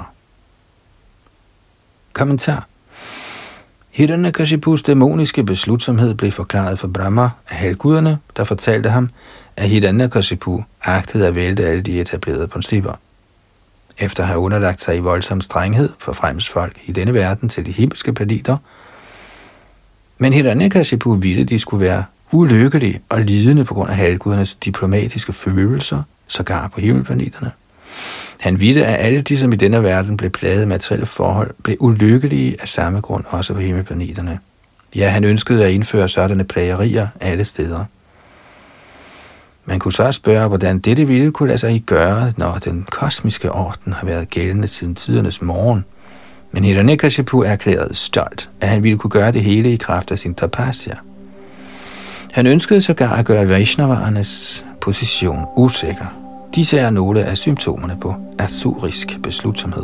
Kommentar. Hiranyakashipus dæmoniske beslutsomhed blev forklaret for Brahma af halvguderne, der fortalte ham, at Hiranyakashipu agtede at vælte alle de etablerede principper. Efter at have underlagt sig i voldsom strenghed for fremmes folk i denne verden til de himmelske planeter, men Hiranyakashipu ville, de skulle være ulykkelig og lidende på grund af halvgudernes diplomatiske følelser, sågar på himmelplaneterne. Han ville, at alle de, som i denne verden blev plaget af materielle forhold, blev ulykkelige af samme grund også på himmelplaneterne. Ja, han ønskede at indføre sådanne plagerier alle steder. Man kunne så spørge, hvordan dette ville kunne lade sig gøre, når den kosmiske orden har været gældende siden tidernes morgen. Men Hiranyakashipu erklærede stolt, at han ville kunne gøre det hele i kraft af sin tapasya. Han ønskede sågar at gøre Vaishnavaernes position usikker. Disse er nogle af symptomerne på asurisk beslutsomhed.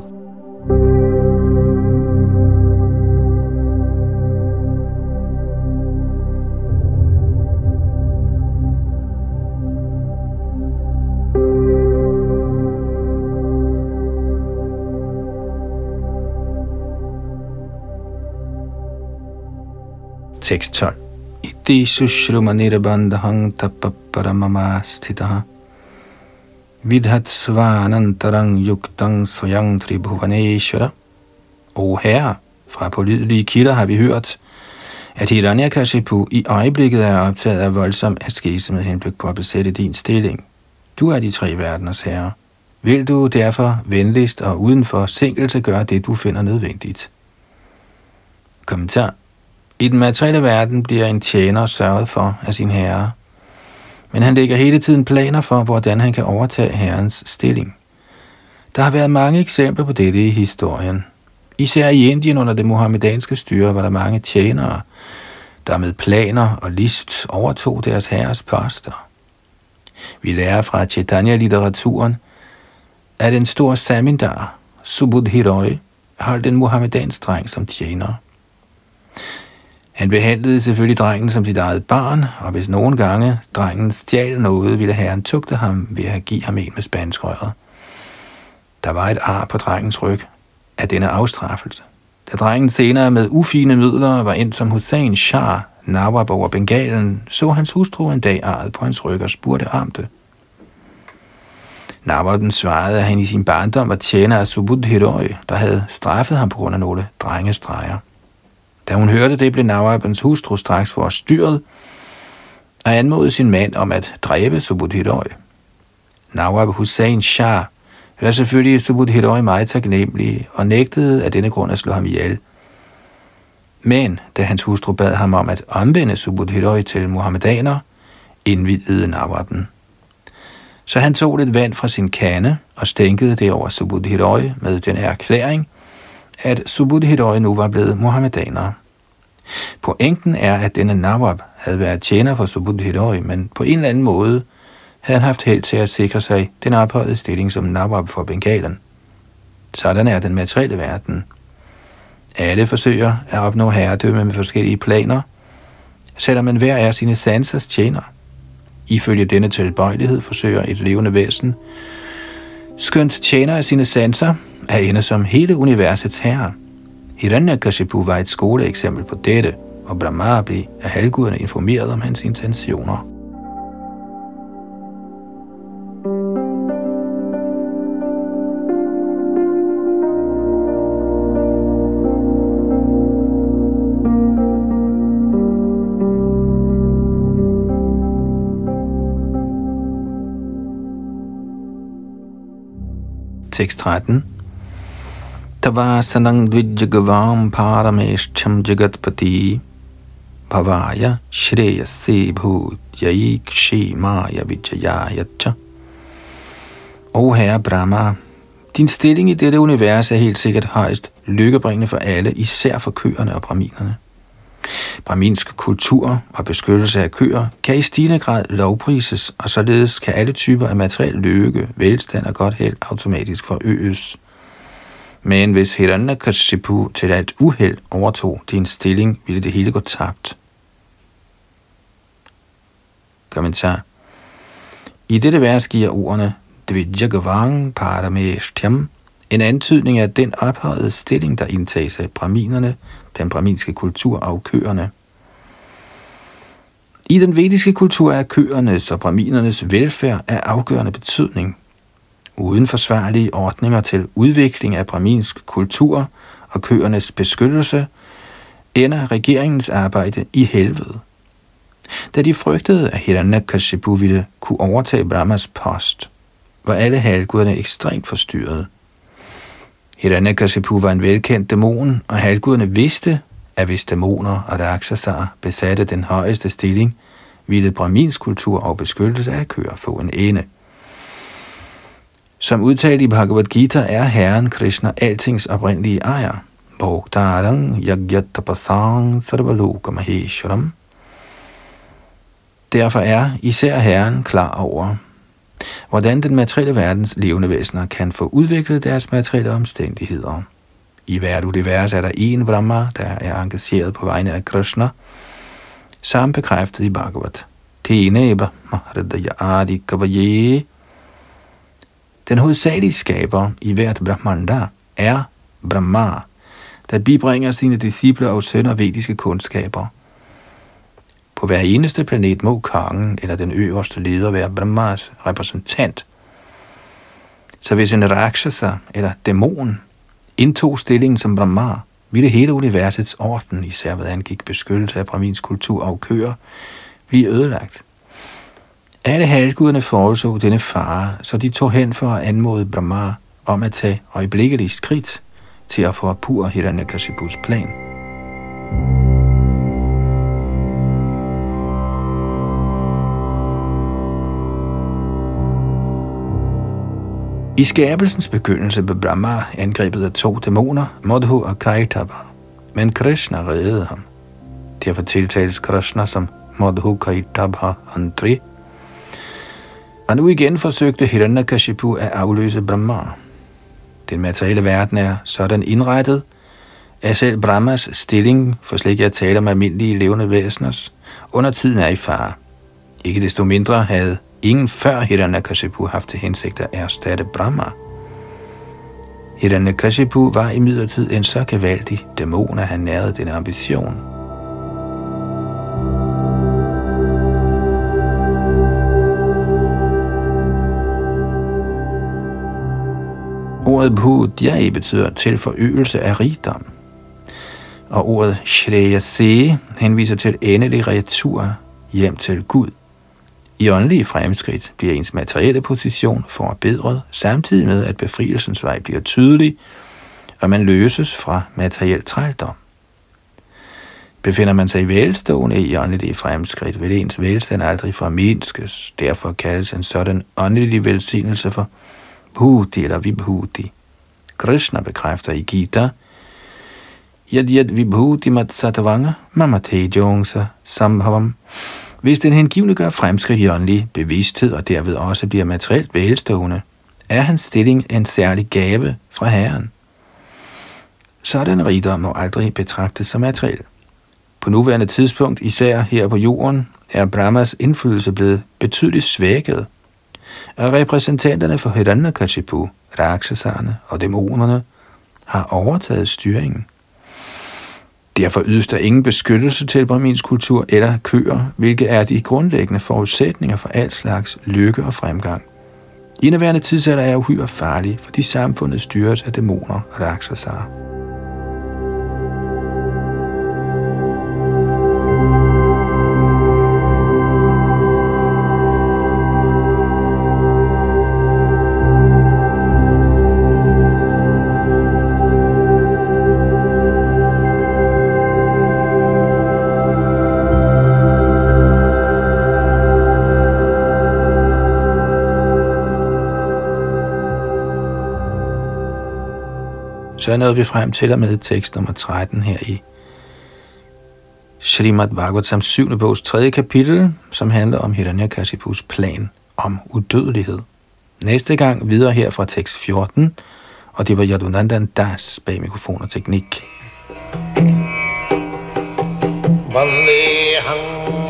Tekst tolv. Iti sushrumanirabandhang tapapparamamastitaha vidhat svanantarang yuktang svayang tribhuvaneshvara. O herre, fra pålidelige kilder har vi hørt, at Hiranyakashipu i øjeblikket er optaget af voldsom askese med henblik på at besætte din stilling. Du er de tre verdeners herre. Vil du derfor venligst og uden forsinkelse gøre det, du finder nødvendigt? Kommentar. I den materielle verden bliver en tjener sørget for af sin herre, men han lægger hele tiden planer for, hvordan han kan overtage herrens stilling. Der har været mange eksempler på dette i historien. Især i Indien under det muhammedanske styre var der mange tjenere, der med planer og list overtog deres herres poster. Vi lærer fra Chaitanya-litteraturen, at en stor samindar, Subudhiroi, holdt en muhammedansk dreng som tjener. Han behandlede selvfølgelig drengen som sit eget barn, og hvis nogle gange drengen stjal noget, ville herren tugte ham ved at give ham en med spanskrøret. Der var et ar på drengens ryg af denne afstraffelse. Da drengen senere med ufine midler var endt som Hussein Shah, Nawab over Bengalen, så hans hustru en dag arret på hans ryg og spurgte om det. Nawaben svarede, at han i sin barndom var tjener af Subud Hiroi, der havde straffet ham på grund af nogle drengestreger. Da hun hørte det, blev Nawabens hustru straks forstyrret og anmodede sin mand om at dræbe Subud Hiroi. Nawab Hussein Shah var selvfølgelig Subud Hiroi meget taknemmelig og nægtede af denne grund at slå ham ihjel. Men da hans hustru bad ham om at omvende Subud Hiroi til muhammedaner, indvilligede Nawaben. Så han tog lidt vand fra sin kande og stænkede det over Subud Hiroi med den erklæring, at Subud Hiroi nu var blevet muhammedaner. Pointen er, at denne Nawab havde været tjener for Subud Hiroi, men på en eller anden måde havde han haft held til at sikre sig den ophøjede stilling som Nawab for Bengalen. Sådan er den materielle verden. Alle forsøger at opnå herredømme med forskellige planer, selvom man hver er sine sansers tjener. Ifølge denne tilbøjelighed forsøger et levende væsen, skønt tjener af sine sanser, at ende som hele universets herre. Hiranyakashipu var et skoleeksempel på dette, og Brahma blev af halvguderne informeret om hans intentioner. Tekst tretten. Tavasanang dvijagavam parameshcham jagatpati bhavaya shreyase bhutyaik shemaya vijayayatcha. O Herre Brahma, din stilling i dette univers er helt sikkert højst lykkebringende for alle, især for køerne og brahminerne. Brahminsk kultur og beskyttelse af køer kan i stigende grad lovprises, og således kan alle typer af materiel lykke, velstand og godt held automatisk forøges. Men hvis Hiranyakashipu til et uheld overtog din stilling, ville det hele gå tabt. Kommentar. I dette vers giver ordene Dvijagavang Parameshtyam en antydning af den ophøjede stilling, der indtages af brahminerne, den brahminske kultur og køerne. I den vediske kultur er køernes og brahminernes velfærd af afgørende betydning. Uden forsvarlige ordninger til udvikling af brahminsk kultur og køernes beskyttelse, ender regeringens arbejde i helvede. Da de frygtede, at Hiranyakashipu ville kunne overtage Brahmas post, var alle halvguderne ekstremt forstyrret. Hiranyakashipu var en velkendt dæmon, og halvguderne vidste, at hvis dæmoner og rakshasar besatte den højeste stilling, ville brahminsk kultur og beskyttelse af køer få en ende. Som udtalt i Bhagavad Gita er Herren Krishna altings oprindelige ejer. Bhoktarang yagyatapasang sarvaloka maheshwaram. Derfor er især Herren klar over, hvordan den materielle verdens levende væsener kan få udviklet deres materielle omstændigheder. I hvert univers er der en Brahma, der er engageret på vegne af Krishna, samt bekræftet i Bhagavad. Tene Brahma hridaya adi kavaye. Den hovedsagelige skaber i hvert Brahmanda er Brahma, der bibringer sine disciple og sønner vediske kundskaber. På hver eneste planet må kongen eller den øverste leder være Brahmas repræsentant. Så hvis en rakshasa eller dæmon indtog stillingen som Brahma, ville hele universets orden, især hvad angik beskyttelse af brahminsk kultur og køer, blive ødelagt. Alle halvguderne forudså denne fare, så de tog hen for at anmode Brahma om at tage øjeblikkeligt skridt til at forpurre Hiranyakashipus plan. I skabelsens begyndelse blev Brahma angrebet af to dæmoner, Madhu og Kaitaba, men Krishna reddede ham. Derfor tiltales Krishna som Madhu Kaitaba Antri. Og nu igen forsøgte Hiranyakashipu at afløse Brahma. Den materielle verden er sådan indrettet, at selv Brahmas stilling, for slet ikke at tale om almindelige levende væseners, under tiden er i fare. Ikke desto mindre havde ingen før Hiranyakashipu haft til hensigt at erstatte Brahma. Hiranyakashipu var imidlertid en så gevaldig dæmon, at han nærede denne ambition. Ordet bhudya betyder til forøgelse af rigdom, og ordet shreyase henviser til endelig retur hjem til Gud. I åndelige fremskridt bliver ens materielle position forbedret, samtidig med at befrielsens vej bliver tydelig, og man løses fra materiel trældom. Befinder man sig i velstående i åndelige fremskridt, vil ens velstand aldrig formindskes. Derfor kaldes en sådan åndelig velsignelse for bhuti eller vibhuti. Krishna bekræfter i Gita, Yad yad vibhuti matsatavanga mamate jongsa sambhavam. Hvis den hengivne gør fremskridt i åndelig bevidsthed og derved også bliver materielt velstående, er hans stilling en særlig gave fra Herren. Sådan rigdom må aldrig betragtes som materiel. På nuværende tidspunkt, især her på jorden, er Brahmas indflydelse blevet betydeligt svækket, og repræsentanterne for Hiranyakashipu, rakshaserne og dæmonerne har overtaget styringen. Derfor ydes der ingen beskyttelse til Brahmins kultur eller køer, hvilket er de grundlæggende forudsætninger for al slags lykke og fremgang. I indeværende tidsalder er uhyre farlig, fordi samfundet styres af dæmoner og rakshasarer. Så nåede vi frem til og med tekst nummer tretten her i Srimad Bhagavatams syvende bogs tredje kapitel, som handler om Hiranyakashipus plan om udødelighed. Næste gang videre her fra tekst fjorten, og det var Yadunandan Das bag mikrofon og teknik. Vandeham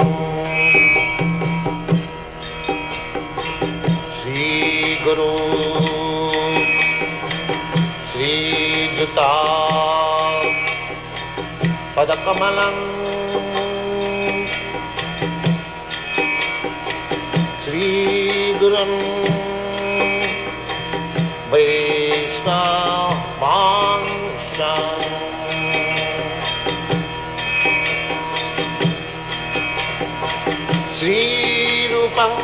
Shri Guru Padakamalam Shri Gurun Vaishnava Vanshan Shri Rupam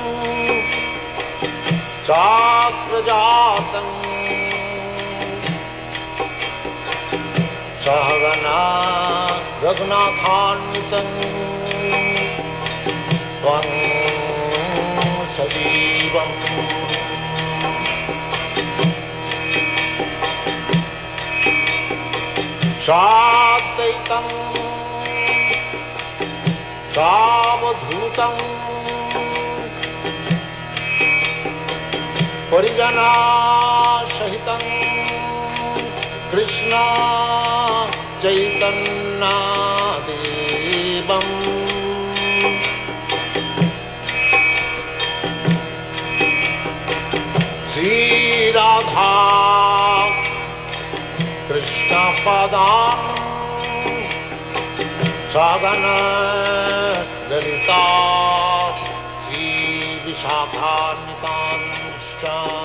Chakrajatam Sahagana Raghunathanvitam Tvam Sajivam Shadaitam Savadhutam Parijana Sahitam Krishna Chaitanya Devam Sri Radha Krishna Padam Sagana Lalita Sri Vishakha Nitan